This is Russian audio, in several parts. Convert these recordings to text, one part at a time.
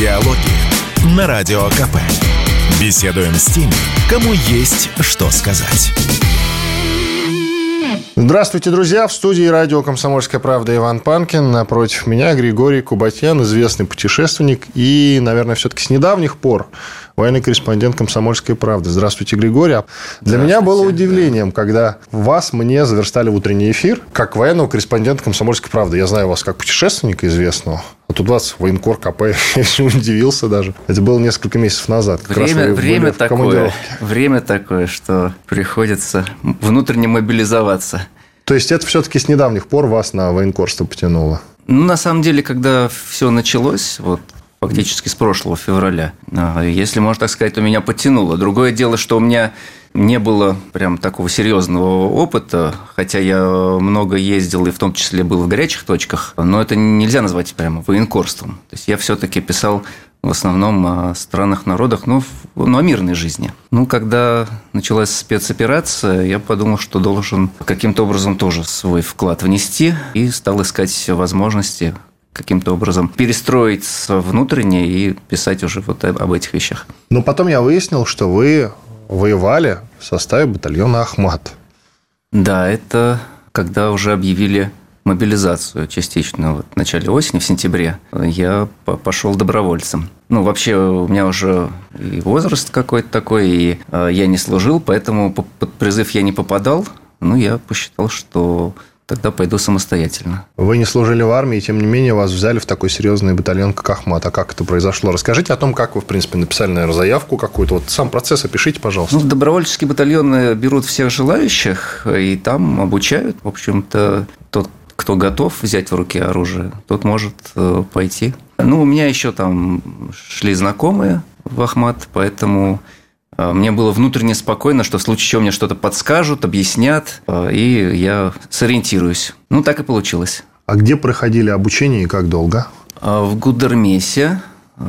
Диалоги на Радио КП. Беседуем с теми, кому есть что сказать. Здравствуйте, друзья! В студии радио «Комсомольская правда» Иван Панкин. Напротив меня Григорий Кубатьян, известный путешественник и, наверное, все-таки с недавних пор военный корреспондент «Комсомольской правды». Здравствуйте, Григорий. Для меня было удивлением, когда вас мне заверстали в утренний эфир как военного корреспондента «Комсомольской правды». Я знаю вас как путешественника известного, а тут вас военкор КП. Я удивился даже. Это было несколько месяцев назад. Время такое, что приходится внутренне мобилизоваться. То есть, это все-таки с недавних пор вас на военкорство потянуло? Ну, на самом деле, когда все началось, фактически с прошлого февраля, если можно так сказать, то меня подтянуло. Другое дело, что у меня не было прям такого серьезного опыта, хотя я много ездил и в том числе был в горячих точках, но это нельзя назвать прямо военкорством. То есть, я все-таки писал в основном о странах, народах, о мирной жизни. Когда началась спецоперация, я подумал, что должен каким-то образом тоже свой вклад внести и стал искать возможности каким-то образом перестроиться внутренне и писать уже об этих вещах. Но потом я выяснил, что вы воевали в составе батальона «Ахмат». Да, это когда уже объявили мобилизацию частично в начале осени, в сентябре, я пошел добровольцем. Вообще, у меня уже и возраст какой-то такой, и я не служил, поэтому под призыв я не попадал. Я посчитал, что тогда пойду самостоятельно. Вы не служили в армии, и тем не менее вас взяли в такой серьезный батальон, как «Ахмат». А как это произошло? Расскажите о том, как вы, в принципе, написали, наверное, заявку какую-то. Сам процесс опишите, пожалуйста. В добровольческие батальоны берут всех желающих, и там обучают. В общем-то, тот, кто готов взять в руки оружие, тот может пойти. У меня еще там шли знакомые в «Ахмат», поэтому мне было внутренне спокойно, что в случае чего мне что-то подскажут, объяснят, и я сориентируюсь. Так и получилось. А где проходили обучение и как долго? В Гудермесе.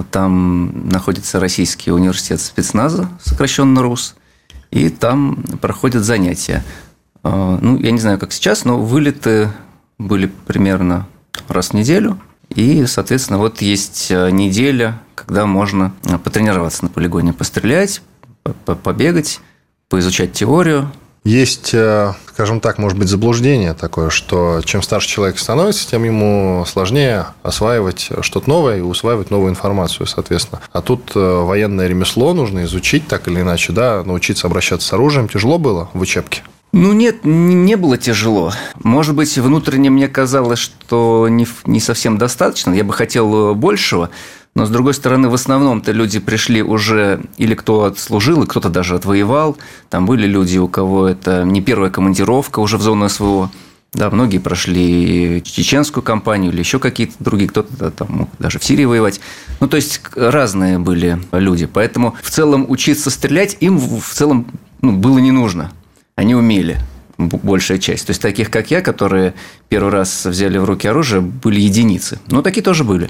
Там находится Российский университет спецназа, сокращенно РУС, и там проходят занятия. Я не знаю, как сейчас, но вылеты были примерно раз в неделю. И, соответственно, есть неделя, когда можно потренироваться на полигоне, пострелять, побегать, поизучать теорию. Есть, скажем так, может быть, заблуждение такое, что чем старше человек становится, тем ему сложнее осваивать что-то новое и усваивать новую информацию, соответственно. А тут военное ремесло нужно изучить так или иначе, научиться обращаться с оружием. Тяжело было в учебке? Нет, не было тяжело. Может быть, внутренне мне казалось, что не совсем достаточно. Я бы хотел большего. Но, с другой стороны, в основном-то люди пришли уже, или кто отслужил, и кто-то даже отвоевал. Там были люди, у кого это не первая командировка уже в зону СВО. Да, многие прошли чеченскую кампанию или еще какие-то другие, кто-то там мог даже в Сирии воевать. То есть, разные были люди. Поэтому, в целом, учиться стрелять им в целом было не нужно. Они умели, большая часть. То есть, таких, как я, которые первый раз взяли в руки оружие, были единицы. Но такие тоже были.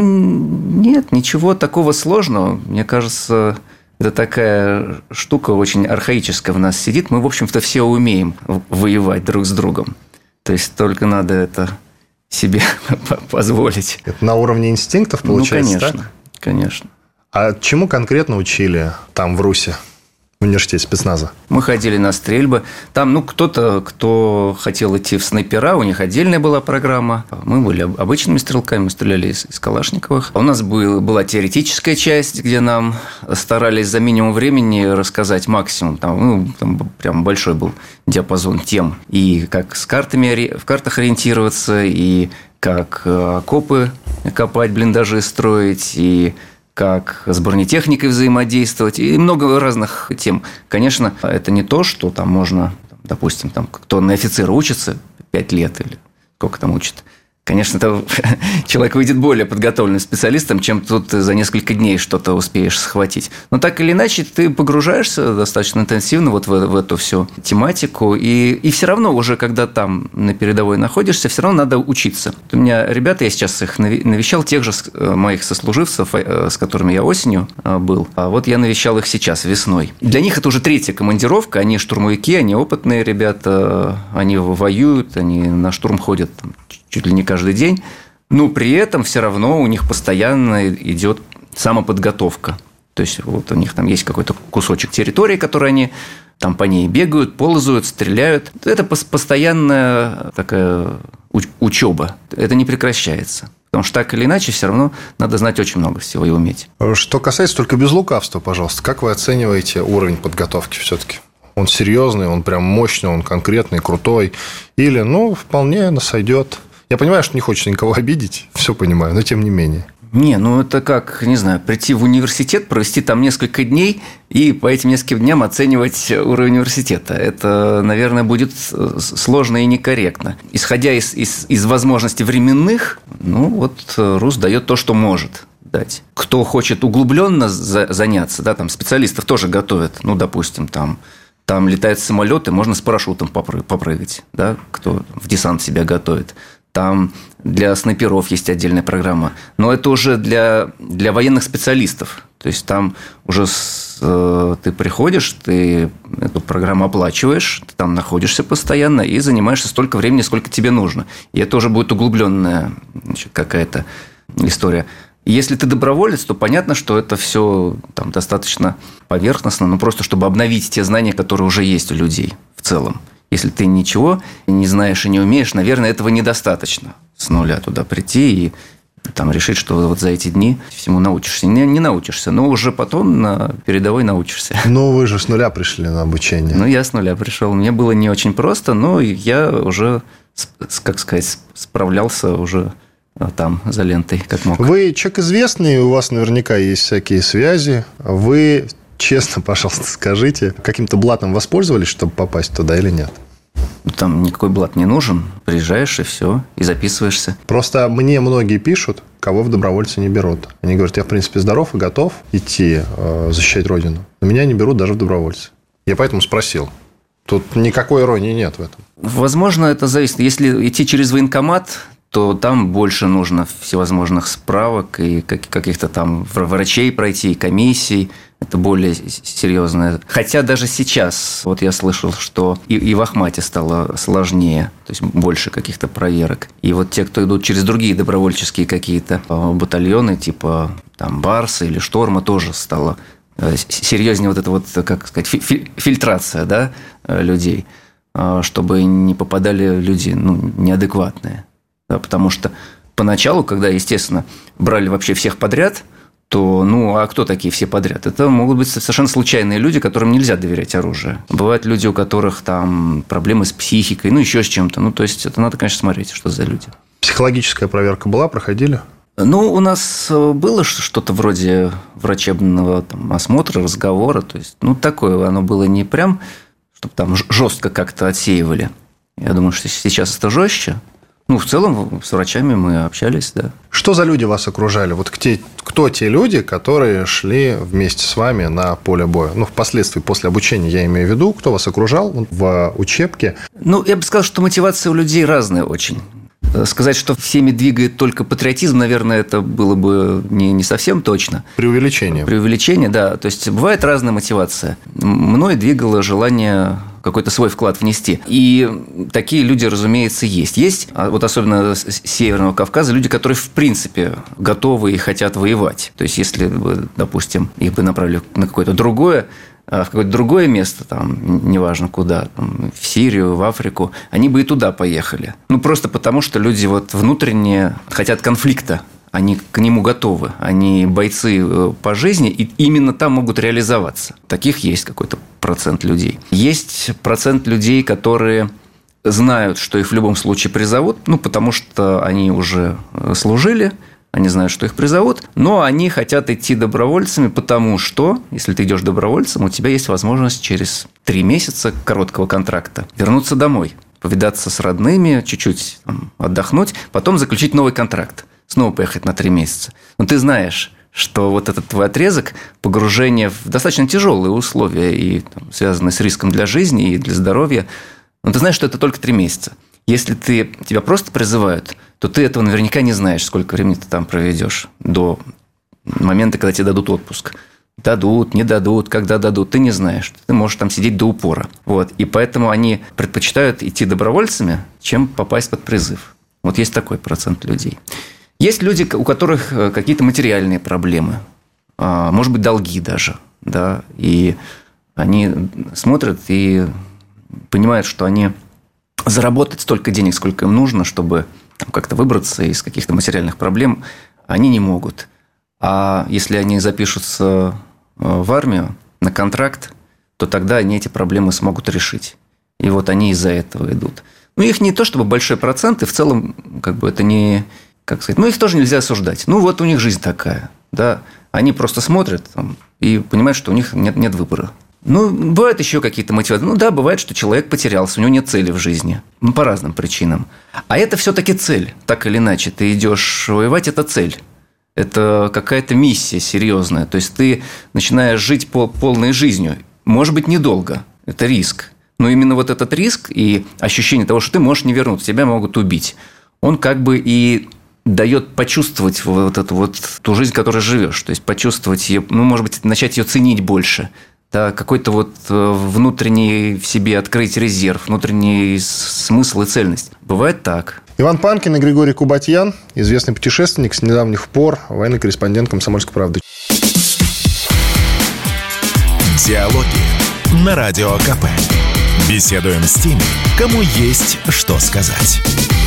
Нет, ничего такого сложного. Мне кажется, это такая штука очень архаическая в нас сидит. Мы, в общем-то, все умеем воевать друг с другом. То есть, только надо это себе позволить. Это на уровне инстинктов, получается, конечно, так? Конечно. А чему конкретно учили там, в РУСе? В университете спецназа? Мы ходили на стрельбы. Там, кто-то, кто хотел идти в снайпера, у них отдельная была программа. Мы были обычными стрелками, мы стреляли из калашниковых. У нас была теоретическая часть, где нам старались за минимум времени рассказать максимум. Там прям большой был диапазон тем. И как в картах ориентироваться, и как окопы копать, блиндажи строить, и как с бронетехникой взаимодействовать, и много разных тем. Конечно, это не то, что там можно, допустим, кто на офицера учится 5 лет или сколько там учат. Конечно, это человек выйдет более подготовленным специалистом, чем тут за несколько дней что-то успеешь схватить. Но так или иначе, ты погружаешься достаточно интенсивно в эту всю тематику, и все равно уже, когда там на передовой находишься, все равно надо учиться. У меня ребята, я сейчас их навещал, тех же моих сослуживцев, с которыми я осенью был, а вот я навещал их сейчас, весной. Для них это уже 3-я командировка, они штурмовики, они опытные ребята, они воюют, они на штурм ходят чуть ли не каждый день, но при этом все равно у них постоянно идет самоподготовка. То есть, вот у них там есть какой-то кусочек территории, который они там по ней бегают, ползают, стреляют. Это постоянная такая учеба. Это не прекращается. Потому что так или иначе все равно надо знать очень много всего и уметь. Что касается, только без лукавства, пожалуйста, как вы оцениваете уровень подготовки все-таки? Он серьезный, он прям мощный, он конкретный, крутой? Или, вполне сойдет? Я понимаю, что не хочется никого обидеть, все понимаю, но тем не менее. Не, это как, не знаю, прийти в университет, провести там несколько дней и по этим нескольким дням оценивать уровень университета. Это, наверное, будет сложно и некорректно. Исходя из возможностей временных, РУС дает то, что может дать. Кто хочет углубленно заняться, да, там специалистов тоже готовят, допустим, там летают самолеты, можно с парашютом попрыгать, да, кто в десант себя готовит. Там для снайперов есть отдельная программа. Но это уже для военных специалистов. То есть, там уже ты приходишь, ты эту программу оплачиваешь, ты там находишься постоянно и занимаешься столько времени, сколько тебе нужно. И это уже будет углубленная какая-то история. Если ты доброволец, то понятно, что это все там достаточно поверхностно, просто чтобы обновить те знания, которые уже есть у людей в целом. Если ты ничего не знаешь и не умеешь, наверное, этого недостаточно с нуля туда прийти и там решить, что вот за эти дни всему научишься. Не научишься, но уже потом на передовой научишься. Вы же с нуля пришли на обучение. Я с нуля пришел. Мне было не очень просто, но я уже, как сказать, справлялся уже там за лентой, как мог. Вы человек известный, у вас наверняка есть всякие связи. Вы... Честно, пожалуйста, скажите, каким-то блатом воспользовались, чтобы попасть туда или нет? Там никакой блат не нужен. Приезжаешь и все, и записываешься. Просто мне многие пишут, кого в добровольцы не берут. Они говорят, я, в принципе, здоров и готов идти защищать Родину. Но меня не берут даже в добровольцы. Я поэтому спросил. Тут никакой иронии нет в этом. Возможно, это зависит. Если идти через военкомат, то там больше нужно всевозможных справок и каких-то там врачей пройти, комиссий. Это более серьезное. Хотя даже сейчас, я слышал, что и в Ахмате стало сложнее, то есть больше каких-то проверок. И те, кто идут через другие добровольческие какие-то батальоны, типа там Барса или Шторма, тоже стало серьезнее как сказать, фильтрация, да, людей, чтобы не попадали люди неадекватные. Да, потому что поначалу, когда, естественно, брали вообще всех подряд, то, а кто такие все подряд? Это могут быть совершенно случайные люди, которым нельзя доверять оружие. Бывают люди, у которых там проблемы с психикой, еще с чем-то. То есть, это надо, конечно, смотреть, что за люди. Психологическая проверка была, проходили? У нас было что-то вроде врачебного осмотра, разговора. То есть, такое оно было не прям, чтобы там жестко как-то отсеивали. Я думаю, что сейчас это жестче. В целом, с врачами мы общались, да. Что за люди вас окружали? Кто те люди, которые шли вместе с вами на поле боя? Впоследствии, после обучения, я имею в виду, кто вас окружал в учебке? Я бы сказал, что мотивация у людей разная очень. Сказать, что всеми двигает только патриотизм, наверное, это было бы не совсем точно. Преувеличение. Преувеличение, да. То есть, бывает разная мотивация. Мной двигало желание какой-то свой вклад внести. И такие люди, разумеется, есть. Есть, особенно с Северного Кавказа, люди, которые, в принципе, готовы и хотят воевать. То есть, если бы, допустим, их бы направили на в какое-то другое место, неважно куда, в Сирию, в Африку, они бы и туда поехали. Просто потому, что люди внутренне хотят конфликта. Они к нему готовы. Они бойцы по жизни, и именно там могут реализоваться. Таких есть какой-то процент людей. Есть процент людей, которые знают, что их в любом случае призовут, потому что они уже служили, они знают, что их призовут, но они хотят идти добровольцами, потому что, если ты идешь добровольцем, у тебя есть возможность через 3 месяца короткого контракта вернуться домой, повидаться с родными, чуть-чуть отдохнуть, потом заключить новый контракт. Снова поехать на 3 месяца. Но ты знаешь, что этот твой отрезок погружения в достаточно тяжелые условия, и связанные с риском для жизни и для здоровья, ты знаешь, что это только 3 месяца. Если тебя просто призывают, то ты этого наверняка не знаешь, сколько времени ты там проведешь до момента, когда тебе дадут отпуск. Дадут, не дадут, когда дадут, ты не знаешь. Ты можешь там сидеть до упора. И поэтому они предпочитают идти добровольцами, чем попасть под призыв. Есть такой процент людей. Есть люди, у которых какие-то материальные проблемы. может быть, долги даже, да, и они смотрят и понимают, что они заработать столько денег, сколько им нужно, чтобы как-то выбраться из каких-то материальных проблем, они не могут. А если они запишутся в армию на контракт, то тогда они эти проблемы смогут решить. И вот они из-за этого идут. Ну, их не то чтобы большой процент, и в целом, как бы это не... Как сказать, их тоже нельзя осуждать. Ну, вот у них жизнь такая, да. Они просто смотрят и понимают, что у них нет выбора. Ну, бывают еще какие-то мотивации. Ну, да, бывает, что человек потерялся, у него нет цели в жизни. Ну, по разным причинам. А это все-таки цель, так или иначе. Ты идешь воевать – это цель. Это какая-то миссия серьезная. То есть, ты начинаешь жить полной жизнью. Может быть, недолго. Это риск. Но именно вот этот риск и ощущение того, что ты можешь не вернуться, тебя могут убить, он как бы и дает почувствовать вот эту вот ту жизнь, которой живешь. То есть, почувствовать ее, ну, может быть, начать ее ценить больше. Да, какой-то вот внутренний в себе открыть резерв, внутренний смысл и цельность. Бывает так. Иван Панкин и Григорий Кубатьян, известный путешественник, с недавних пор военный корреспондент «Комсомольской правды». Диалоги на Радио КП. Беседуем с теми, кому есть что сказать.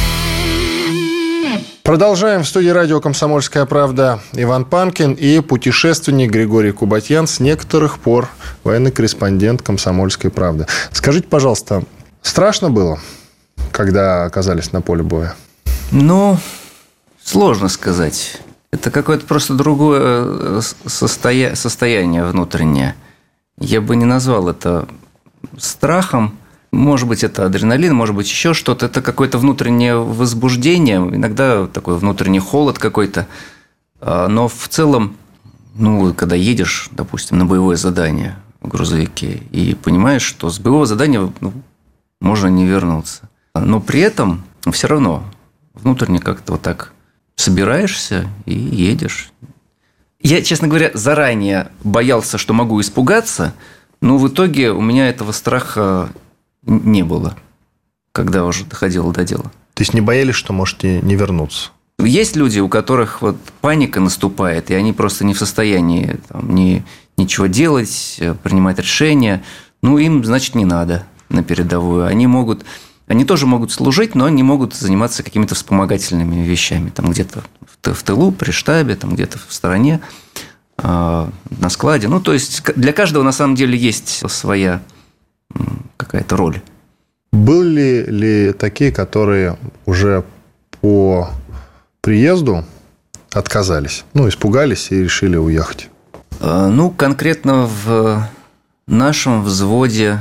Продолжаем. В студии радио «Комсомольская правда» Иван Панкин и путешественник Григорий Кубатьян, с некоторых пор военный корреспондент «Комсомольской правды». Скажите, пожалуйста, страшно было, когда оказались на поле боя? Ну, сложно сказать. Это какое-то просто другое состояние внутреннее. Я бы не назвал это страхом. Может быть, это адреналин, может быть, еще что-то. Это какое-то внутреннее возбуждение, иногда такой внутренний холод какой-то. Но в целом, ну, когда едешь, допустим, на боевое задание в грузовике, и понимаешь, что с боевого задания можно не вернуться. Но при этом все равно внутренне как-то вот так собираешься и едешь. Я, честно говоря, заранее боялся, что могу испугаться, но в итоге у меня этого страха не было, когда уже доходило до дела. То есть, не боялись, что можете не вернуться? Есть люди, у которых вот паника наступает, и они просто не в состоянии ничего делать, принимать решения. Ну, им, значит, не надо на передовую. Они тоже могут служить, но они могут заниматься какими-то вспомогательными вещами. Там где-то в тылу, при штабе, там где-то в стороне, на складе. Ну, то есть, для каждого, на самом деле, есть своя какая-то роль. Были ли такие, которые уже по приезду отказались? Ну, испугались и решили уехать? Ну, конкретно в нашем взводе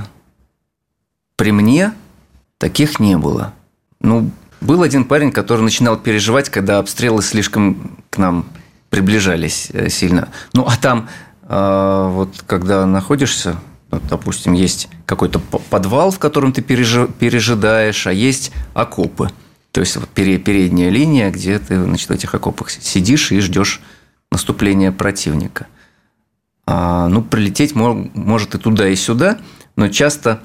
при мне таких не было. Ну, был один парень, который начинал переживать, когда обстрелы слишком к нам приближались сильно. Ну, а там, вот когда находишься, вот, допустим, есть какой-то подвал, в котором ты пережидаешь, а есть окопы. То есть, вот передняя линия, где ты, значит, в этих окопах сидишь и ждешь наступления противника. Ну, прилететь может и туда, и сюда, но часто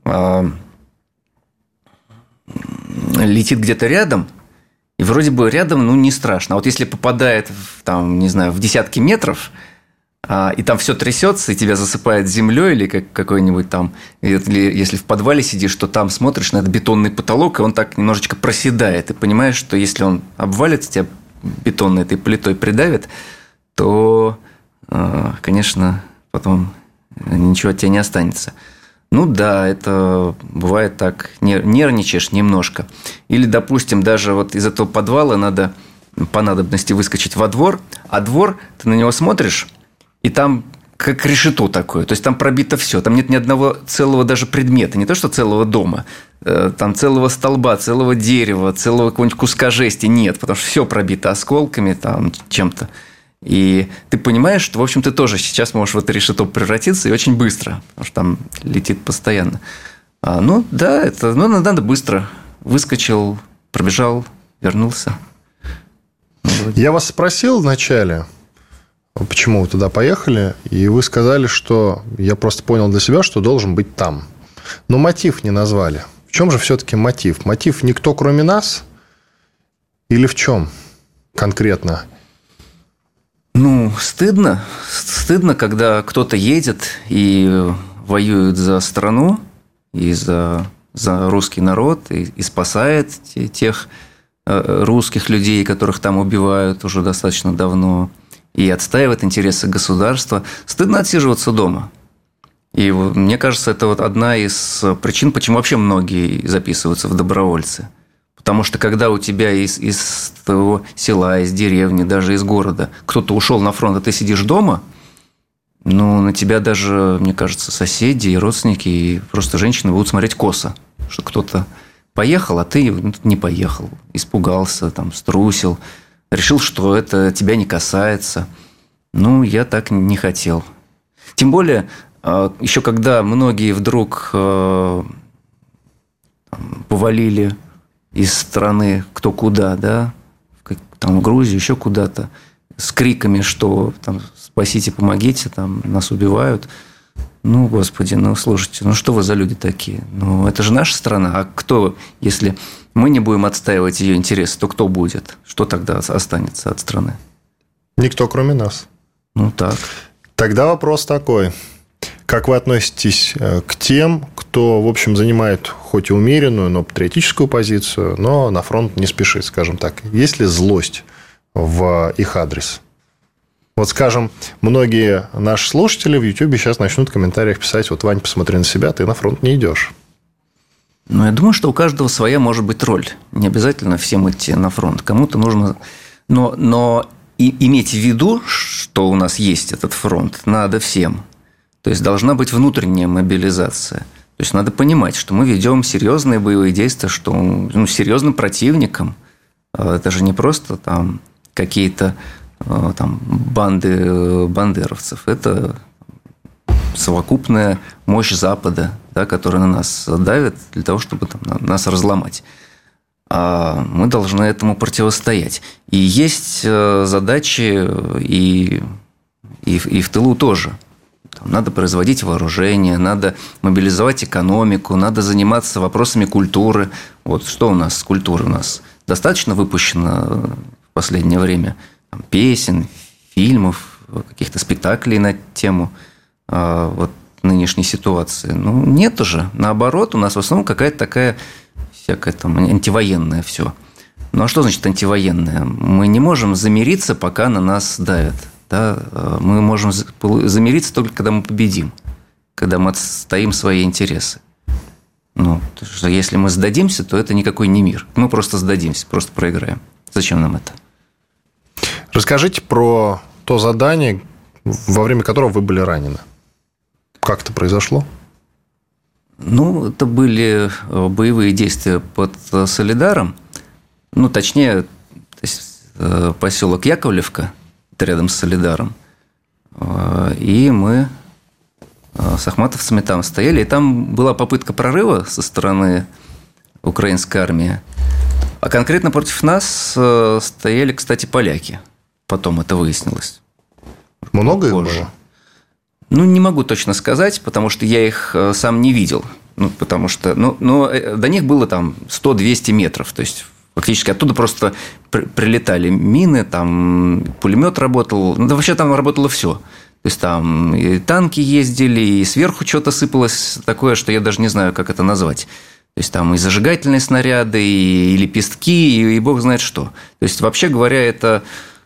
летит где-то рядом, и вроде бы рядом, ну, не страшно. А вот если попадает, там, не знаю, в десятки метров, и там все трясется, и тебя засыпает землей, или какой-нибудь там, или если в подвале сидишь, то там смотришь на этот бетонный потолок, и он так немножечко проседает. И понимаешь, что если он обвалится, тебя бетонной этой плитой придавит, то, конечно, потом ничего от тебя не останется. Ну да, это бывает так, нервничаешь немножко. Или, допустим, даже вот из этого подвала надо по надобности выскочить во двор, а двор, ты на него смотришь, и там как решето такое. То есть, там пробито все. Там нет ни одного целого даже предмета. Не то, что целого дома. Там целого столба, целого дерева, целого какого-нибудь куска жести нет. Потому что все пробито осколками, там, чем-то. И ты понимаешь, что, в общем, ты тоже сейчас можешь в это решето превратиться и очень быстро. Потому что там летит постоянно. Ну, да, это надо быстро. Выскочил, пробежал, вернулся. Я вас спросил вначале, почему вы туда поехали, и вы сказали, что я просто понял для себя, что должен быть там. Но мотив не назвали. В чем же все-таки мотив? Мотив никто, кроме нас? Или в чем конкретно? Стыдно. Стыдно, когда кто-то едет и воюет за страну, и за русский народ, и спасает тех русских людей, которых там убивают уже достаточно давно, и отстаивает интересы государства. Стыдно отсиживаться дома. И мне кажется, это одна из причин, почему вообще многие записываются в добровольцы. Потому что когда у тебя из твоего села, из деревни, даже из города кто-то ушел на фронт, а ты сидишь дома, на тебя даже, мне кажется, соседи и родственники, и просто женщины будут смотреть косо, что кто-то поехал, а ты не поехал, испугался, струсил, решил, что это тебя не касается. Я так не хотел. Тем более, еще когда многие вдруг повалили из страны кто куда, да, в Грузию, еще куда-то, с криками, что спасите, помогите, нас убивают. Господи, слушайте, что вы за люди такие? Это же наша страна. А кто, если мы не будем отстаивать ее интересы, то кто будет? Что тогда останется от страны? Никто, кроме нас. Так. Тогда вопрос такой. Как вы относитесь к тем, кто, в общем, занимает хоть и умеренную, но патриотическую позицию, но на фронт не спешит, скажем так? Есть ли злость в их адрес? Скажем, многие наши слушатели в Ютьюбе сейчас начнут в комментариях писать: Вань, посмотри на себя, ты на фронт не идешь. Я думаю, что у каждого своя может быть роль. Не обязательно всем идти на фронт. Кому-то нужно... Но иметь в виду, что у нас есть этот фронт, надо всем. То есть, должна быть внутренняя мобилизация. То есть, надо понимать, что мы ведем серьезные боевые действия, что серьезным противником. Это же не просто какие-то банды бандеровцев. Это совокупная мощь Запада, да, которая на нас давит для того, чтобы нас разломать. А мы должны этому противостоять. И есть задачи и в тылу тоже. Надо производить вооружение, надо мобилизовать экономику, надо заниматься вопросами культуры. Что у нас с культурой? У нас достаточно выпущено в последнее время песен, фильмов, каких-то спектаклей на тему нынешней ситуации. Нет уже. Наоборот, у нас в основном какая-то такая всякая антивоенная все. А что значит антивоенная? Мы не можем замириться, пока на нас давят. Да? Мы можем замириться только, когда мы победим, когда мы отстоим свои интересы. Если мы сдадимся, то это никакой не мир. Мы просто сдадимся, просто проиграем. Зачем нам это? Расскажите про то задание, во время которого вы были ранены. Как это произошло? Это были боевые действия под Солидаром. Точнее, поселок Яковлевка, рядом с Солидаром. И мы с ахматовцами там стояли. И там была попытка прорыва со стороны украинской армии. А конкретно против нас стояли, кстати, поляки. Потом это выяснилось. Много их было? Не могу точно сказать, потому что я их сам не видел. Потому что до них было 100-200 метров. То есть, фактически оттуда просто прилетали мины, пулемет работал. Вообще там работало все. То есть, там и танки ездили, и сверху что-то сыпалось такое, что я даже не знаю, как это назвать. То есть, там и зажигательные снаряды, и лепестки, и бог знает что. То есть, вообще говоря, это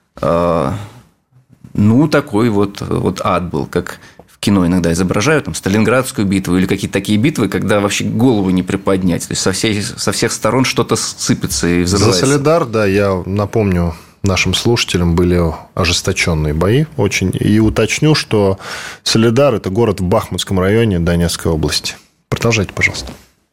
такой ад был, как в кино иногда изображают, Сталинградскую битву или какие-то такие битвы, когда вообще голову не приподнять. То есть, со всех сторон что-то сыпется и взрывается. За Солидар, да, я напомню нашим слушателям, были ожесточенные бои очень. И уточню, что Солидар – это город в Бахмутском районе Донецкой области. Продолжайте, пожалуйста.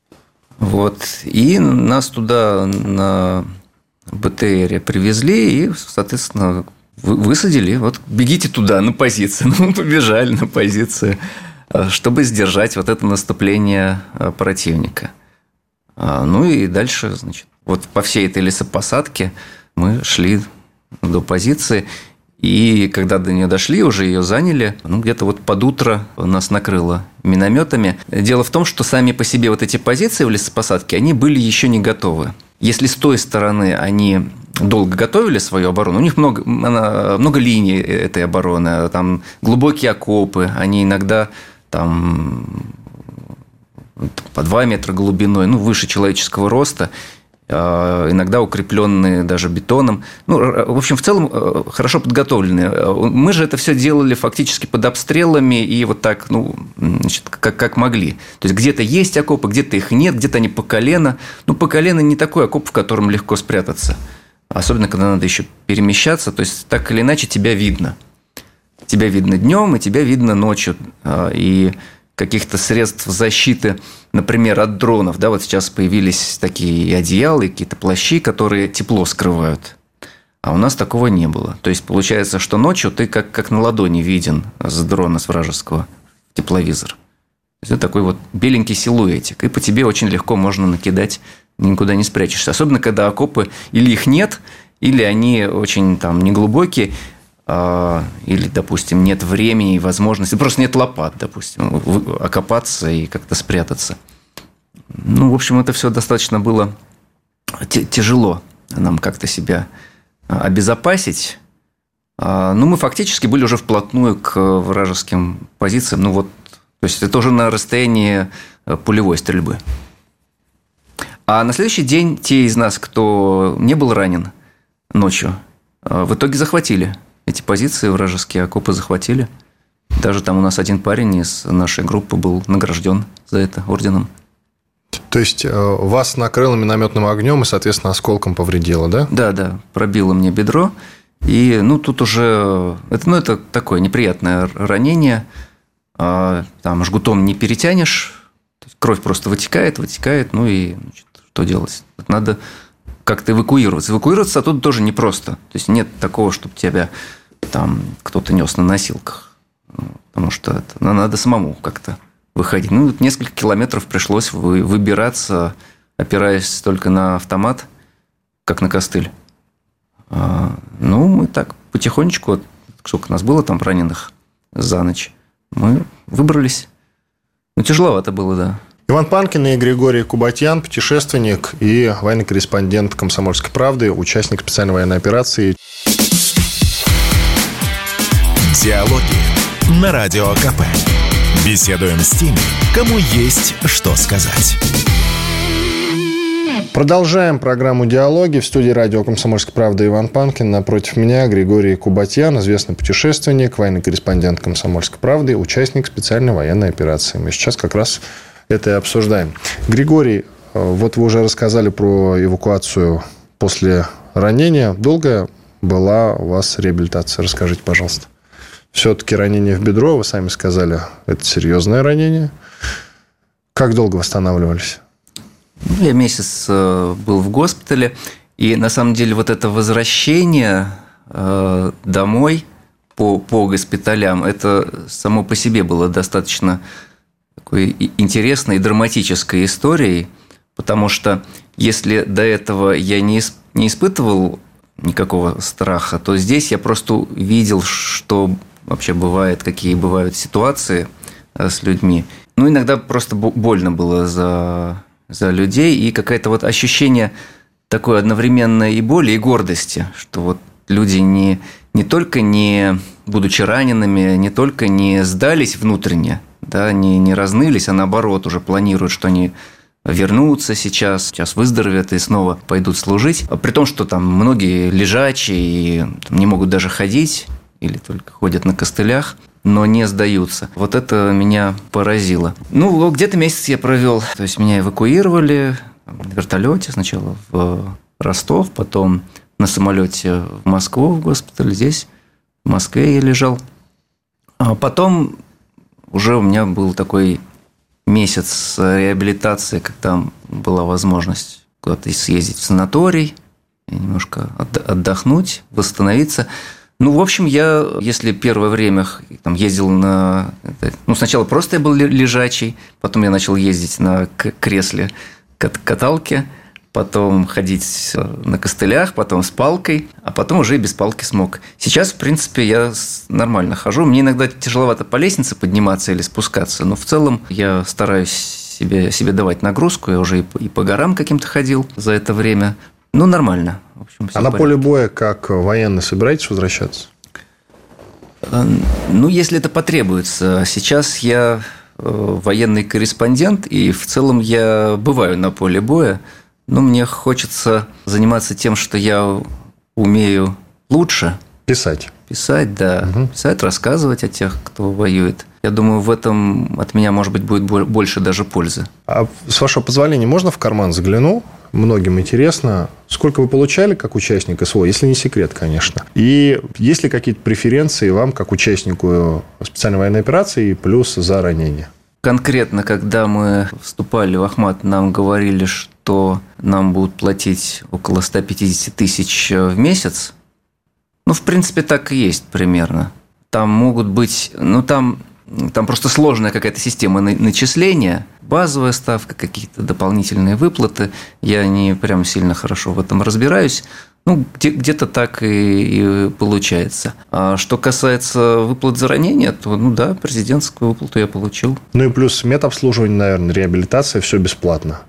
И нас туда на БТРе привезли и, соответственно, высадили. Бегите туда, на позиции. Побежали на позиции, чтобы сдержать это наступление противника. И дальше, по всей этой лесопосадке мы шли до позиции. И когда до нее дошли, уже ее заняли, где-то под утро нас накрыло минометами. Дело в том, что сами по себе эти позиции в лесопосадке, они были еще не готовы. Если с той стороны они долго готовили свою оборону. У них много линий этой обороны. Там глубокие окопы, они иногда там по 2 метра глубиной, выше человеческого роста, иногда укрепленные даже бетоном. В общем, в целом хорошо подготовленные. Мы же это все делали фактически под обстрелами и вот так, как могли. То есть где-то есть окопы, где-то их нет, где-то они по колено. По колено не такой окоп, в котором легко спрятаться. Особенно, когда надо еще перемещаться. То есть так или иначе тебя видно. Тебя видно днем, и тебя видно ночью. И каких-то средств защиты, например, от дронов. Да, вот сейчас появились такие одеяла, и какие-то плащи, которые тепло скрывают. А у нас такого не было. То есть, получается, что ночью ты как на ладони виден с дрона, с вражеского, тепловизор. То есть, это такой вот беленький силуэтик. И по тебе очень легко можно накидать, никуда не спрячешься. Особенно, когда окопы или их нет, или они очень там неглубокие, или, допустим, нет времени и возможности, просто нет лопат, допустим, окопаться и как-то спрятаться. В общем, это все достаточно было тяжело нам как-то себя обезопасить. Мы фактически были уже вплотную к вражеским позициям. То есть, это уже на расстоянии пулевой стрельбы. А на следующий день те из нас, кто не был ранен ночью, в итоге захватили эти позиции, вражеские окопы захватили. Даже там у нас один парень из нашей группы был награжден за это орденом. То есть, вас накрыло минометным огнем и, соответственно, осколком повредило, да? Да, пробило мне бедро. И, тут уже... Это такое неприятное ранение. Там жгутом не перетянешь. Кровь просто вытекает. И что делать? Надо как-то эвакуироваться. Эвакуироваться оттуда тоже непросто. То есть, нет такого, чтобы тебя там кто-то нес на носилках. Потому что надо самому как-то выходить. Несколько километров пришлось выбираться, опираясь только на автомат, как на костыль. Мы так потихонечку, сколько нас было там раненых за ночь, мы выбрались. Тяжеловато было, да. Иван Панкин и Григорий Кубатьян, путешественник и военный корреспондент «Комсомольской правды», участник специальной военной операции. Диалоги на Радио КП. Беседуем с теми, кому есть что сказать. Продолжаем программу «Диалоги». В студии радио «Комсомольская правда» Иван Панкин. Напротив меня Григорий Кубатьян, известный путешественник, военный корреспондент «Комсомольской правды», участник специальной военной операции. Мы сейчас как раз это и обсуждаем. Григорий, вот вы уже рассказали про эвакуацию после ранения. Долгая была у вас реабилитация? Расскажите, пожалуйста. Все-таки ранение в бедро, вы сами сказали, это серьезное ранение. Как долго восстанавливались? Я месяц был в госпитале. И на самом деле вот это возвращение домой по госпиталям, это само по себе было достаточно такой интересной и драматической историей. Потому что если до этого я не испытывал никакого страха, то здесь я просто видел, что вообще бывает, какие бывают ситуации с людьми. Иногда просто больно было за людей, и какое-то вот ощущение такой одновременной и боли, и гордости, что вот люди не только не будучи ранеными, не только не сдались внутренне, да, не разнылись, а наоборот уже планируют, что они вернутся сейчас выздоровеют и снова пойдут служить. При том, что там многие лежачие и не могут даже ходить или только ходят на костылях, но не сдаются. Вот это меня поразило. Где-то месяц я провел. То есть, меня эвакуировали на вертолете сначала в Ростов, потом на самолете в Москву, в госпиталь. Здесь, в Москве, я лежал. А потом уже у меня был такой месяц реабилитации, когда была возможность куда-то съездить в санаторий, немножко отдохнуть, восстановиться. В общем, я, если первое время там, ездил на... сначала просто я был лежачий, потом я начал ездить на кресле каталке, потом ходить на костылях, потом с палкой, а потом уже и без палки смог. Сейчас, в принципе, я нормально хожу. Мне иногда тяжеловато по лестнице подниматься или спускаться, но в целом я стараюсь себе давать нагрузку. Я уже и по горам каким-то ходил за это время. Ну, нормально. В общем, а на поле боя, как военный, собираетесь возвращаться? Ну, если это потребуется. Сейчас я военный корреспондент, и в целом я бываю на поле боя, но мне хочется заниматься тем, что я умею лучше. Писать, да. Угу. Писать, рассказывать о тех, кто воюет. Я думаю, в этом от меня, может быть, будет больше даже пользы. А с вашего позволения, можно в карман загляну? Многим интересно, сколько вы получали как участник СВО, если не секрет, конечно. И есть ли какие-то преференции вам, как участнику специальной военной операции, плюс за ранение? Конкретно, когда мы вступали в Ахмат, нам говорили, что нам будут платить около 150 тысяч в месяц. Ну, в принципе, так и есть примерно. Там могут быть... Ну, там просто сложная какая-то система начисления, базовая ставка, какие-то дополнительные выплаты. Я не прям сильно хорошо в этом разбираюсь. Ну, где-то так и получается. А что касается выплат за ранение, то, ну да, президентскую выплату я получил. Ну и плюс медобслуживание, наверное, реабилитация, все бесплатно.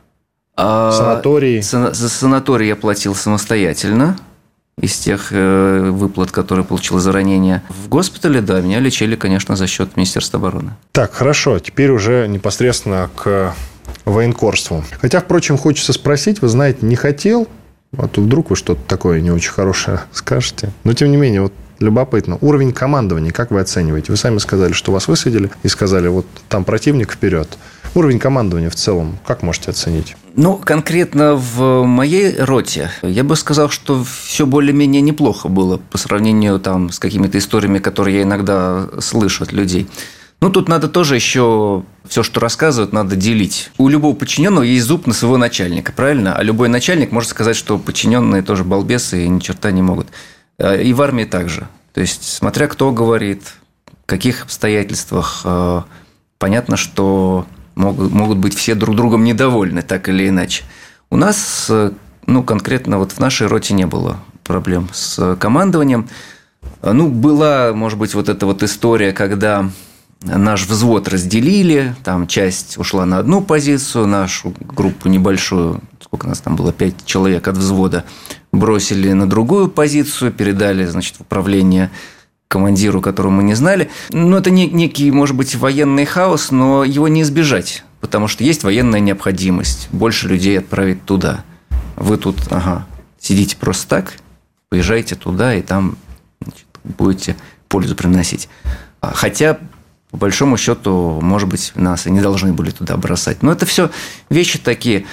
Санаторий? За санаторий я платил самостоятельно. Из тех выплат, которые получил за ранение. В госпитале, да, меня лечили, конечно, за счет Министерства обороны. Так, хорошо. Теперь уже непосредственно к военкорству. Хотя, впрочем, хочется спросить, вы знаете, не хотел, а то вдруг вы что-то такое не очень хорошее скажете. Но, тем не менее, вот любопытно. Уровень командования, как вы оцениваете? Вы сами сказали, что вас высадили и сказали, вот там противник вперед. Уровень командования в целом, как можете оценить? Ну, конкретно в моей роте я бы сказал, что все более-менее неплохо было по сравнению там, с какими-то историями, которые я иногда слышу от людей. Ну, тут надо тоже еще все, что рассказывают, надо делить. У любого подчиненного есть зуб на своего начальника, правильно? А любой начальник может сказать, что подчиненные тоже балбесы и ни черта не могут. И в армии также. То есть, смотря кто говорит, в каких обстоятельствах, понятно, что могут быть все друг другом недовольны, так или иначе. У нас, ну, конкретно вот в нашей роте не было проблем с командованием. Ну, была, может быть, вот эта вот история, когда наш взвод разделили, там часть ушла на одну позицию, нашу группу небольшую, сколько нас там было, 5 человек от взвода, бросили на другую позицию, передали, значит, в управление командиру, которого мы не знали. Ну, это некий, может быть, военный хаос, но его не избежать, потому что есть военная необходимость больше людей отправить туда. Вы тут, сидите просто так, поезжайте туда, и там, значит, будете пользу приносить. Хотя, по большому счету, может быть, нас и не должны были туда бросать. Но это все вещи такие.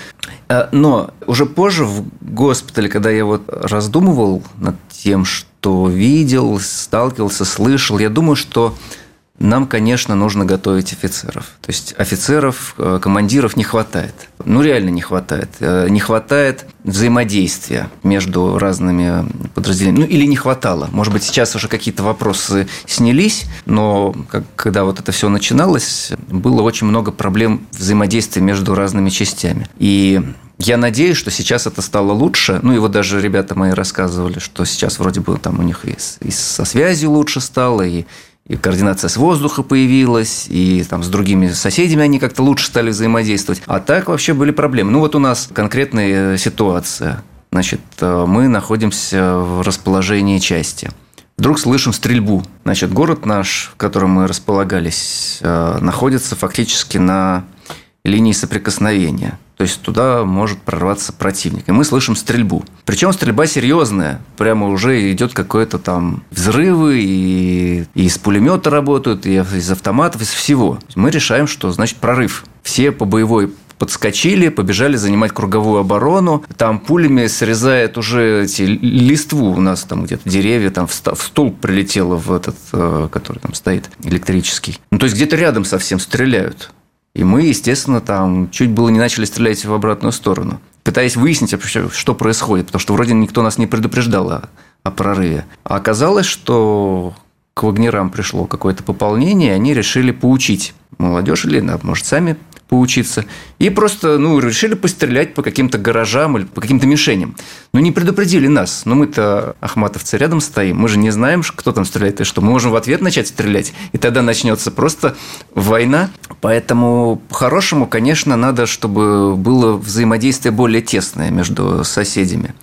Но уже позже в госпитале, когда я вот раздумывал над тем, что видел, сталкивался, слышал, я думаю, что нам, конечно, нужно готовить офицеров. То есть офицеров, командиров не хватает. Ну, реально не хватает. Не хватает взаимодействия между разными подразделениями. Ну, или не хватало. Может быть, сейчас уже какие-то вопросы снялись, но когда вот это все начиналось, было очень много проблем взаимодействия между разными частями. И я надеюсь, что сейчас это стало лучше. Ну, и вот даже ребята мои рассказывали, что сейчас вроде бы там у них и со связью лучше стало, и координация с воздуха появилась, и там с другими соседями они как-то лучше стали взаимодействовать. А так вообще были проблемы. Ну, вот у нас конкретная ситуация. Значит, мы находимся в расположении части. Вдруг слышим стрельбу. Значит, город наш, в котором мы располагались, находится фактически на линии соприкосновения. То есть туда может прорваться противник. И мы слышим стрельбу. Причем стрельба серьезная. Прямо уже идет какое-то там взрывы, и из пулемета работают, и из автоматов, из всего. Мы решаем, что значит прорыв. Все по боевой подскочили, побежали занимать круговую оборону. Там пулями срезает уже эти листву. У нас там где-то деревья, там в столб прилетело в этот, который там стоит, электрический. Ну, то есть где-то рядом совсем стреляют. И мы, естественно, там чуть было не начали стрелять в обратную сторону, пытаясь выяснить, что происходит, потому что вроде никто нас не предупреждал о прорыве. А оказалось, что к вагнерам пришло какое-то пополнение, и они решили поучить молодежь, или, может, сами поучиться, и просто решили пострелять по каким-то гаражам или по каким-то мишеням. Но не предупредили нас. Но мы-то, ахматовцы, рядом стоим, мы же не знаем, кто там стреляет и что. Мы можем в ответ начать стрелять, и тогда начнется просто война. Поэтому, по-хорошему, конечно, надо, чтобы было взаимодействие более тесное между соседями.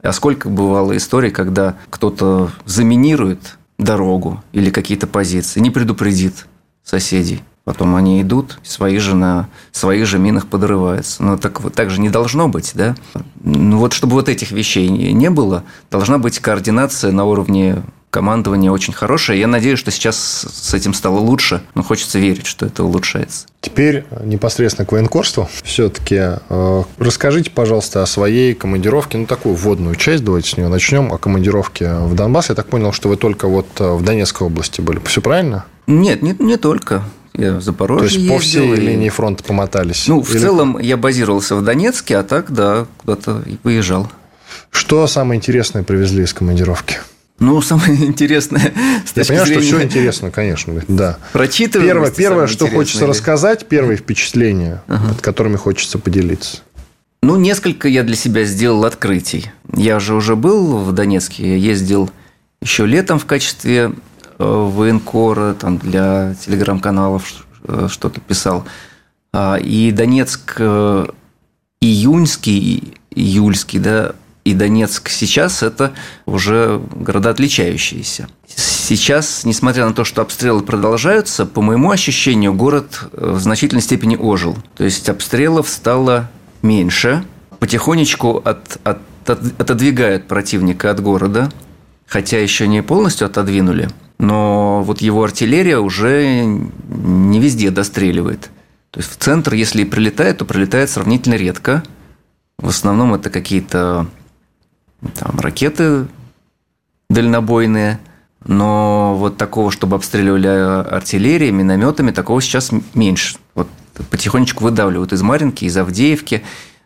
А сколько бывало историй, когда кто-то заминирует дорогу или какие-то позиции, не предупредит соседей. Потом они идут, свои же на своих же минах подрываются. Но так же не должно быть, да? Ну, вот чтобы вот этих вещей не было, должна быть координация на уровне командования очень хорошее. Я надеюсь, что сейчас с этим стало лучше, но хочется верить, что это улучшается. Теперь непосредственно к военкорству. Все-таки расскажите, пожалуйста, о своей командировке. Ну, такую вводную часть, давайте с нее начнем. О командировке в Донбасс. Я так понял, что вы только вот в Донецкой области были. Все правильно? Нет, не только. Я в Запорожье ездил. То есть, по всей линии фронта помотались? Ну, в целом, я базировался в Донецке, а так, да, куда-то выезжал. Что самое интересное привезли из командировки? Ну, самое интересное с точки зрения... Я понимаю, что все интересно, конечно, да. Первое, что хочется рассказать, первые впечатления, которыми хочется поделиться. Ну, несколько я для себя сделал открытий. Я же уже был в Донецке, я ездил еще летом в качестве военкора, там для телеграм-каналов что-то писал. И Донецк июльский, да, и Донецк сейчас – это уже города отличающиеся. Сейчас, несмотря на то, что обстрелы продолжаются, по моему ощущению, город в значительной степени ожил. То есть, обстрелов стало меньше. Потихонечку отодвигают противника от города, хотя еще не полностью отодвинули. Но вот его артиллерия уже не везде достреливает. То есть, в центр, если и прилетает, то прилетает сравнительно редко. В основном это какие-то там ракеты дальнобойные, но вот такого, чтобы обстреливали артиллерией, минометами, такого сейчас меньше. Вот потихонечку выдавливают из Марьинки, из Авдеевки.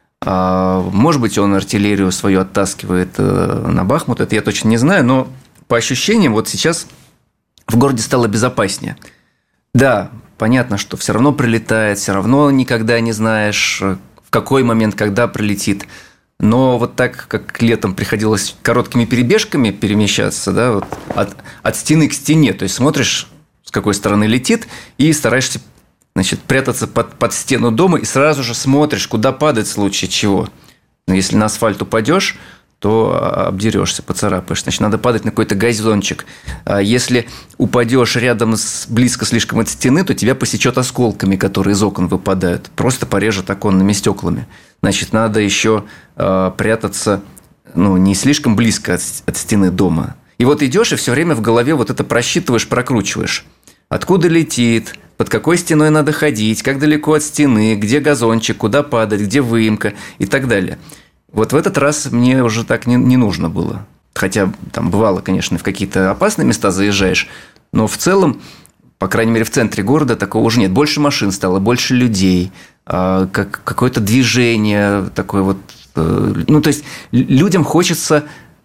Может быть, он артиллерию свою оттаскивает на Бахмут, это я точно не знаю, но по ощущениям вот сейчас в городе стало безопаснее. Да, понятно, что все равно прилетает, все равно никогда не знаешь, в какой момент, когда прилетит. Но вот так, как летом приходилось короткими перебежками перемещаться, да, вот от стены к стене, то есть смотришь, с какой стороны летит, и стараешься, значит, прятаться под стену дома, и сразу же смотришь, куда падать в случае чего. Но если на асфальт упадешь, то обдерешься, поцарапаешь. Значит, надо падать на какой-то газончик. Если упадешь рядом близко слишком от стены, то тебя посечет осколками, которые из окон выпадают. Просто порежет оконными стеклами. Значит, надо еще прятаться, ну, не слишком близко от стены дома. И вот идешь, и все время в голове вот это просчитываешь, прокручиваешь. Откуда летит, под какой стеной надо ходить, как далеко от стены, где газончик, куда падать, где выемка и так далее. Вот в этот раз мне уже так не нужно было. Хотя там бывало, конечно, в какие-то опасные места заезжаешь, но в целом, по крайней мере, в центре города такого уже нет. Больше машин стало, больше людей, какое-то движение такое вот. Ну, то есть, людям хочется,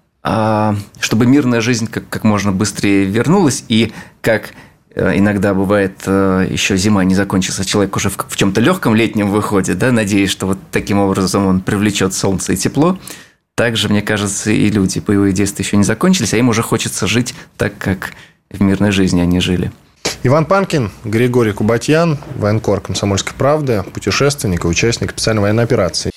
чтобы мирная жизнь как можно быстрее вернулась, и как иногда бывает, еще зима не закончится, человек уже в чем-то легком летнем выходит, да, надеясь, что вот таким образом он привлечет солнце и тепло. Также, мне кажется, и люди, боевые действия еще не закончились, а им уже хочется жить так, как в мирной жизни они жили. Иван Панкин, Григорий Кубатьян, военкор «Комсомольской правды», путешественник и участник специальной военной операции.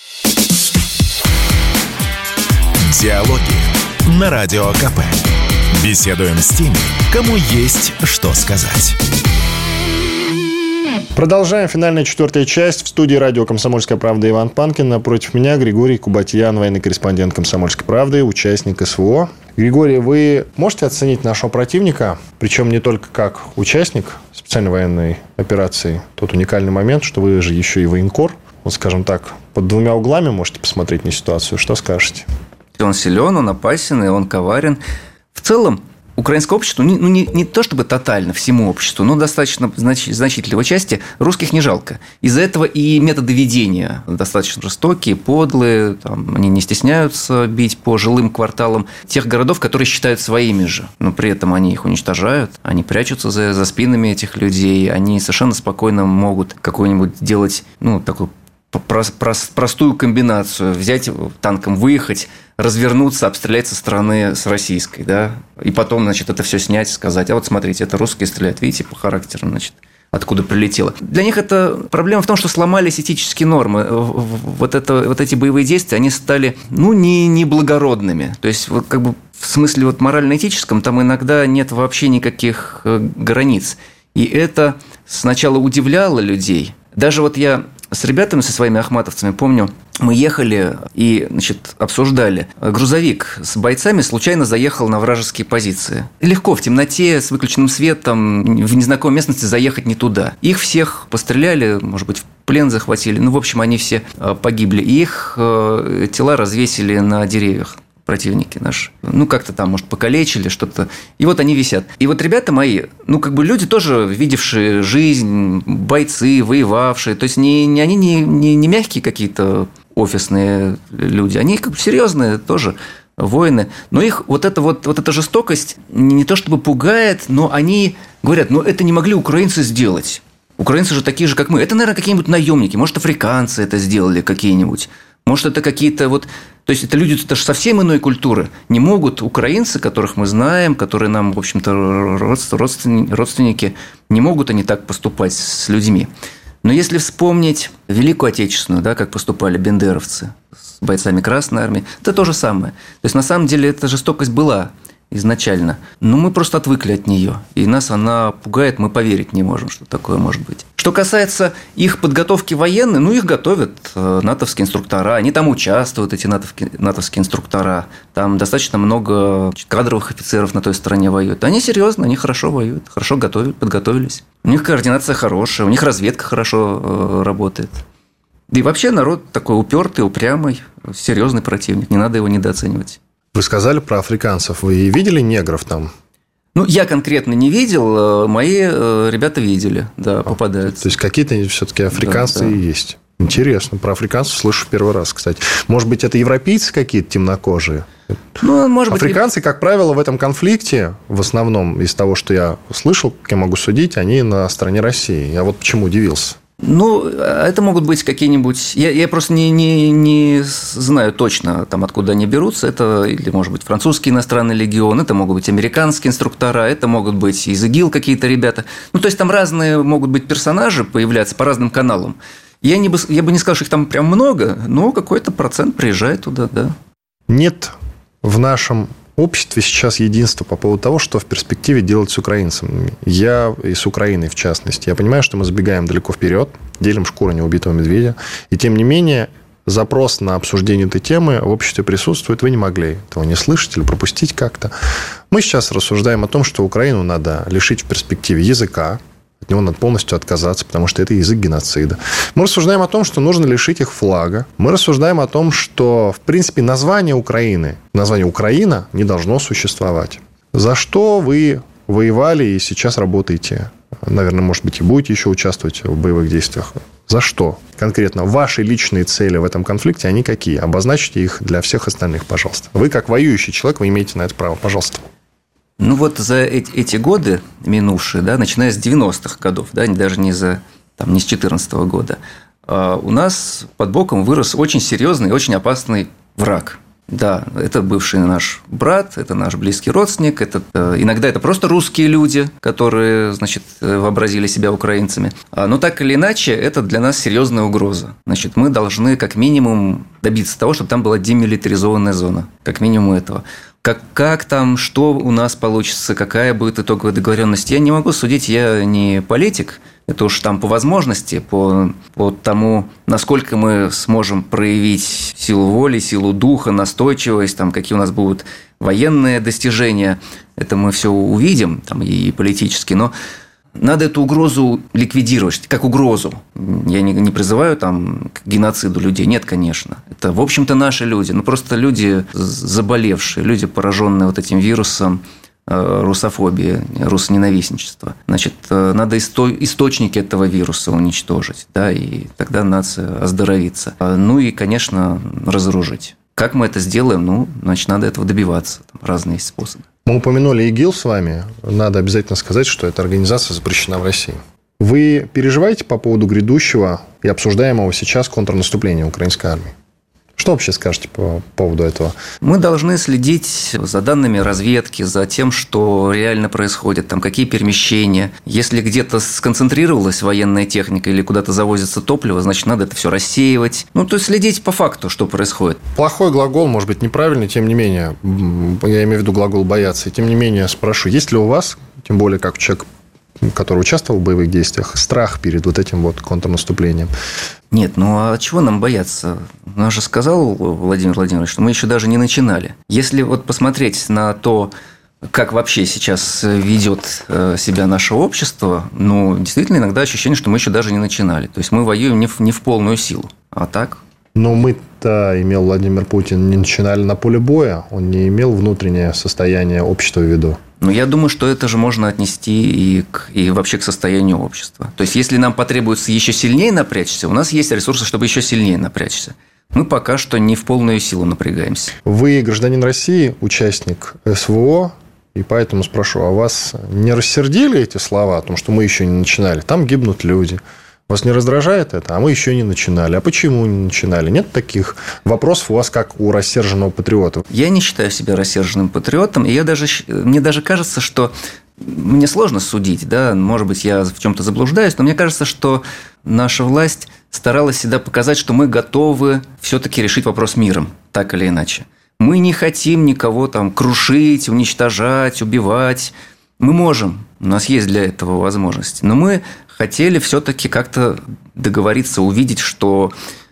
Диалоги на Радио КП. Беседуем с теми, кому есть что сказать. Продолжаем. Финальная 4-я часть. В студии радио «Комсомольская правда» Иван Панкин. Напротив меня Григорий Кубатьян, военный корреспондент «Комсомольской правды», участник СВО. Григорий, вы можете оценить нашего противника, причем не только как участник специальной военной операции, тот уникальный момент, что вы же еще и военкор. Вот, скажем так, под двумя углами можете посмотреть на ситуацию. Что скажете? Он силен, он опасен, и он коварен. В целом, украинское общество, не то чтобы тотально всему обществу, но достаточно значительной его части русских не жалко. Из-за этого и методы ведения достаточно жестокие, подлые. Там, они не стесняются бить по жилым кварталам тех городов, которые считают своими же. Но при этом они их уничтожают, они прячутся за спинами этих людей, они совершенно спокойно могут какую-нибудь делать, такую простую комбинацию. Взять танком, выехать, развернуться, обстрелять со стороны с российской, да, и потом, значит, это все снять, сказать, а вот смотрите, это русские стреляют, видите, по характеру, значит, откуда прилетело. Для них это проблема в том, что сломались этические нормы. Вот эти боевые действия, они стали, неблагородными. То есть, вот как бы в смысле вот морально-этическом там иногда нет вообще никаких границ. И это сначала удивляло людей. Даже вот я с ребятами, со своими ахматовцами, помню, мы ехали и, обсуждали. Грузовик с бойцами случайно заехал на вражеские позиции. Легко в темноте, с выключенным светом, в незнакомой местности заехать не туда. Их всех постреляли, может быть, в плен захватили. В общем, они все погибли. И их тела развесили на деревьях. Противники наши. Как-то там, может, покалечили что-то. И вот они висят. И вот ребята мои, люди тоже видевшие жизнь, бойцы, воевавшие. То есть, они не мягкие какие-то офисные люди. Они как бы серьезные тоже воины. Но их вот эта жестокость не то чтобы пугает, но они говорят, это не могли украинцы сделать. Украинцы же такие же, как мы. Это, наверное, какие-нибудь наемники. Может, африканцы это сделали какие-нибудь. Может, это какие-то То есть, это люди даже совсем иной культуры. Не могут украинцы, которых мы знаем, которые нам, в общем-то, родственники, не могут они так поступать с людьми. Но если вспомнить Великую Отечественную, как поступали бендеровцы с бойцами Красной Армии, это то же самое. То есть, на самом деле, эта жестокость была изначально. Но мы просто отвыкли от нее. И нас она пугает, мы поверить не можем, что такое может быть. Что касается их подготовки военной, их готовят натовские инструктора. Они там участвуют, эти натовские инструктора. Там достаточно много кадровых офицеров на той стороне воюют. Они серьезно, они хорошо воюют, хорошо подготовились. У них координация хорошая, у них разведка хорошо работает. Да и вообще народ такой упертый, упрямый, серьезный противник. Не надо его недооценивать. Вы сказали про африканцев. Вы видели негров там? Я конкретно не видел, мои ребята видели, попадаются. То есть, какие-то все-таки африканцы и есть. Интересно. Про африканцев слышу в первый раз, кстати. Может быть, это европейцы какие-то темнокожие? Может африканцы, как правило, в этом конфликте, в основном из того, что я слышал, как я могу судить, они на стороне России. Я вот почему удивился. Это могут быть какие-нибудь... Я просто не знаю точно, откуда они берутся. Это, или, может быть, французский иностранный легион, это могут быть американские инструктора, это могут быть из ИГИЛ какие-то ребята. То есть, там разные могут быть персонажи появляться по разным каналам. Я бы не сказал, что их там прям много, но какой-то процент приезжает туда, да. Нет в нашем обществе сейчас единство по поводу того, что в перспективе делать с украинцами. Я и с Украиной, в частности. Я понимаю, что мы забегаем далеко вперед, делим шкуру неубитого медведя. И, тем не менее, запрос на обсуждение этой темы в обществе присутствует. Вы не могли этого не слышать или пропустить как-то. Мы сейчас рассуждаем о том, что Украину надо лишить в перспективе языка. От него надо полностью отказаться, потому что это язык геноцида. Мы рассуждаем о том, что нужно лишить их флага. Мы рассуждаем о том, что, в принципе, название Украины, название Украина не должно существовать. За что вы воевали и сейчас работаете? Наверное, может быть, и будете еще участвовать в боевых действиях. За что? Конкретно ваши личные цели в этом конфликте, они какие? Обозначьте их для всех остальных, пожалуйста. Вы, как воюющий человек, вы имеете на это право. Пожалуйста. За эти годы минувшие, начиная с 90-х годов, даже не с 2014 года, у нас под боком вырос очень серьезный и очень опасный враг. Да, это бывший наш брат, это наш близкий родственник, иногда это просто русские люди, которые, вообразили себя украинцами. Но так или иначе, это для нас серьезная угроза. Мы должны как минимум добиться того, чтобы там была демилитаризованная зона. Как минимум этого. Как там, что у нас получится, какая будет итоговая договоренность, я не могу судить, я не политик. Это уж там по возможности, по тому, насколько мы сможем проявить силу воли, силу духа, настойчивость, какие у нас будут военные достижения. Это мы все увидим, и политически. Но надо эту угрозу ликвидировать, как угрозу. Я не призываю к геноциду людей. Нет, конечно. Это, в общем-то, наши люди. Просто люди заболевшие, люди, пораженные этим вирусом русофобии, русоненавистничества. Надо источники этого вируса уничтожить, и тогда нация оздоровится. И, конечно, разоружить. Как мы это сделаем? Надо этого добиваться. Разные есть способы. Мы упомянули ИГИЛ с вами. Надо обязательно сказать, что эта организация запрещена в России. Вы переживаете по поводу грядущего и обсуждаемого сейчас контрнаступления украинской армии? Что вообще скажете по поводу этого? Мы должны следить за данными разведки, за тем, что реально происходит, там, какие перемещения. Если где-то сконцентрировалась военная техника или куда-то завозится топливо, значит, надо это все рассеивать. То есть следить по факту, что происходит. Плохой глагол, может быть, неправильный, тем не менее, я имею в виду глагол «бояться», и тем не менее спрошу, есть ли у вас, тем более как человек, который участвовал в боевых действиях, страх перед вот этим вот контрнаступлением? Нет, а чего нам бояться? Он же сказал, Владимир Владимирович, что мы еще даже не начинали. Если вот посмотреть на то, как вообще сейчас ведет себя наше общество, действительно иногда ощущение, что мы еще даже не начинали. То есть мы воюем не в полную силу, а так. Но мы-то, имел Владимир Путин, не начинали на поле боя, он не имел внутреннее состояние общества в виду. Я думаю, что это же можно отнести и вообще к состоянию общества. То есть, если нам потребуется еще сильнее напрячься, у нас есть ресурсы, чтобы еще сильнее напрячься. Мы пока что не в полную силу напрягаемся. Вы гражданин России, участник СВО, и поэтому спрошу, а вас не рассердили эти слова о том, что мы еще не начинали? Там гибнут люди. Вас не раздражает это? А мы еще не начинали. А почему не начинали? Нет таких вопросов у вас, как у рассерженного патриота? Я не считаю себя рассерженным патриотом. И мне даже кажется, что мне сложно судить. Да? Может быть, я в чем-то заблуждаюсь, но мне кажется, что наша власть старалась всегда показать, что мы готовы все-таки решить вопрос миром, так или иначе. Мы не хотим никого там крушить, уничтожать, убивать. Мы можем, у нас есть для этого возможность. Но мы хотели все-таки как-то договориться, увидеть, что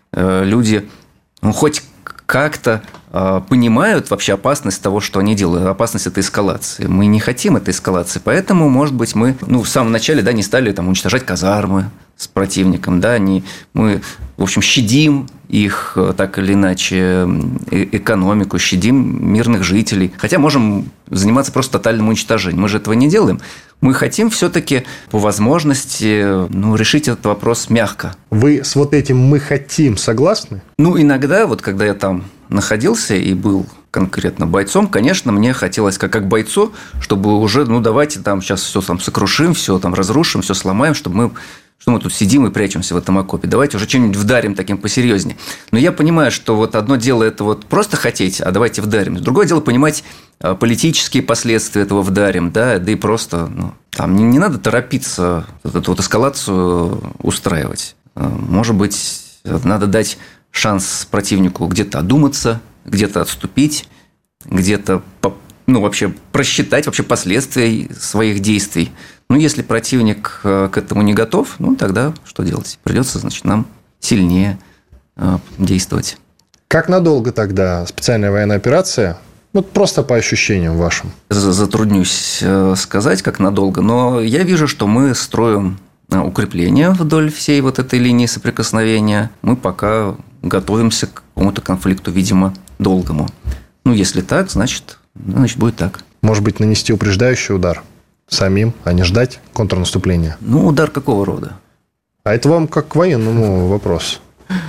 люди хоть как-то понимают вообще опасность того, что они делают, опасность этой эскалации. Мы не хотим этой эскалации, поэтому, может быть, мы в самом начале не стали уничтожать казармы с противником, мы, в общем, щадим их так или иначе, экономику, щадим мирных жителей. Хотя можем заниматься просто тотальным уничтожением. Мы же этого не делаем. Мы хотим все-таки по возможности решить этот вопрос мягко. Вы с вот этим «мы хотим» согласны? Иногда, когда я там находился и был конкретно бойцом, конечно, мне хотелось как бойцу, чтобы уже, давайте сейчас все сокрушим, все разрушим, все сломаем, чтобы мы тут сидим и прячемся в этом окопе. Давайте уже что-нибудь вдарим таким посерьезнее. Но я понимаю, что одно дело это просто хотеть, а давайте вдарим. Другое дело понимать политические последствия этого вдарим, да и просто там не надо торопиться эту эскалацию устраивать. Может быть, надо дать шанс противнику где-то одуматься, где-то отступить, где-то вообще просчитать вообще последствия своих действий. Если противник к этому не готов, тогда что делать? Придется, нам сильнее действовать. Как надолго тогда специальная военная операция? Просто по ощущениям вашим. Затруднюсь сказать, как надолго, но я вижу, что мы строим укрепления вдоль всей этой линии соприкосновения. Мы пока готовимся к какому-то конфликту, видимо, долгому. Если так, значит будет так. Может быть, нанести упреждающий удар самим, а не ждать контрнаступления? Удар какого рода? А это вам как к военному вопрос.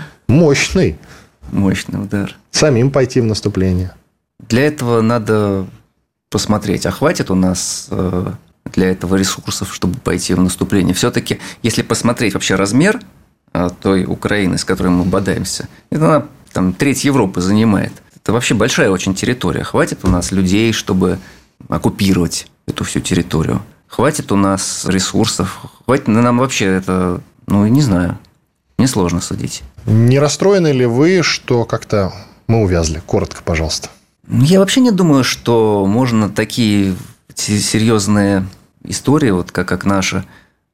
Мощный. Мощный удар. Самим пойти в наступление. Для этого надо посмотреть, а хватит у нас для этого ресурсов, чтобы пойти в наступление. Все-таки, если посмотреть вообще размер той Украины, с которой мы бодаемся, это она треть Европы занимает. Это вообще большая очень территория. Хватит у нас людей, чтобы оккупировать эту всю территорию. Хватит у нас ресурсов. Хватит нам вообще это, не знаю. Мне сложно судить. Не расстроены ли вы, что как-то мы увязли? Коротко, пожалуйста. Я вообще не думаю, что можно такие серьезные истории, как наша,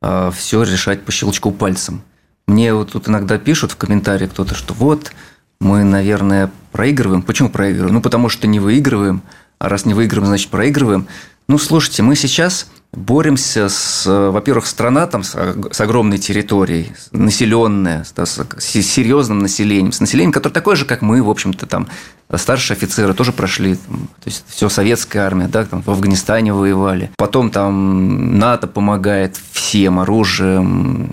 все решать по щелчку пальцем. Мне тут иногда пишут в комментариях кто-то, что мы, наверное, проигрываем. Почему проигрываем? Потому что не выигрываем. А раз не выигрываем, значит, проигрываем. Слушайте, мы сейчас боремся во-первых, страна с огромной территорией, населенная, с серьезным населением, с населением, которое такое же, как мы, в общем-то, старшие офицеры тоже прошли, то есть все советская армия, в Афганистане воевали. Потом НАТО помогает всем оружием,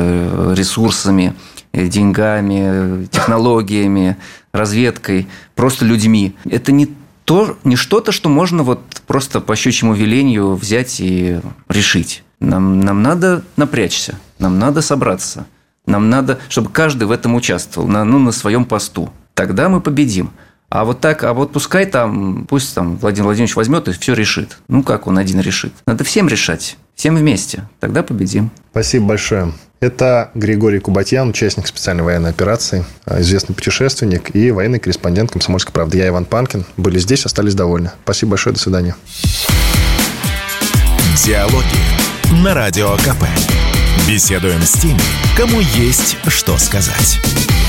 ресурсами, деньгами, технологиями, разведкой, просто людьми. Это не что-то, что можно просто по щучьему велению взять и решить. Нам надо напрячься, нам надо собраться, нам надо, чтобы каждый в этом участвовал на своем посту. тогда мы победим. А вот так, пускай пусть Владимир Владимирович возьмет и все решит. Ну, как он один решит? Надо всем решать, всем вместе. Тогда победим. Спасибо большое. Это Григорий Кубатьян, участник специальной военной операции, известный путешественник и военный корреспондент «Комсомольской правды». Я Иван Панкин. Были здесь, остались довольны. Спасибо большое, до свидания. Диалоги на Радио КП. Беседуем с теми, кому есть что сказать.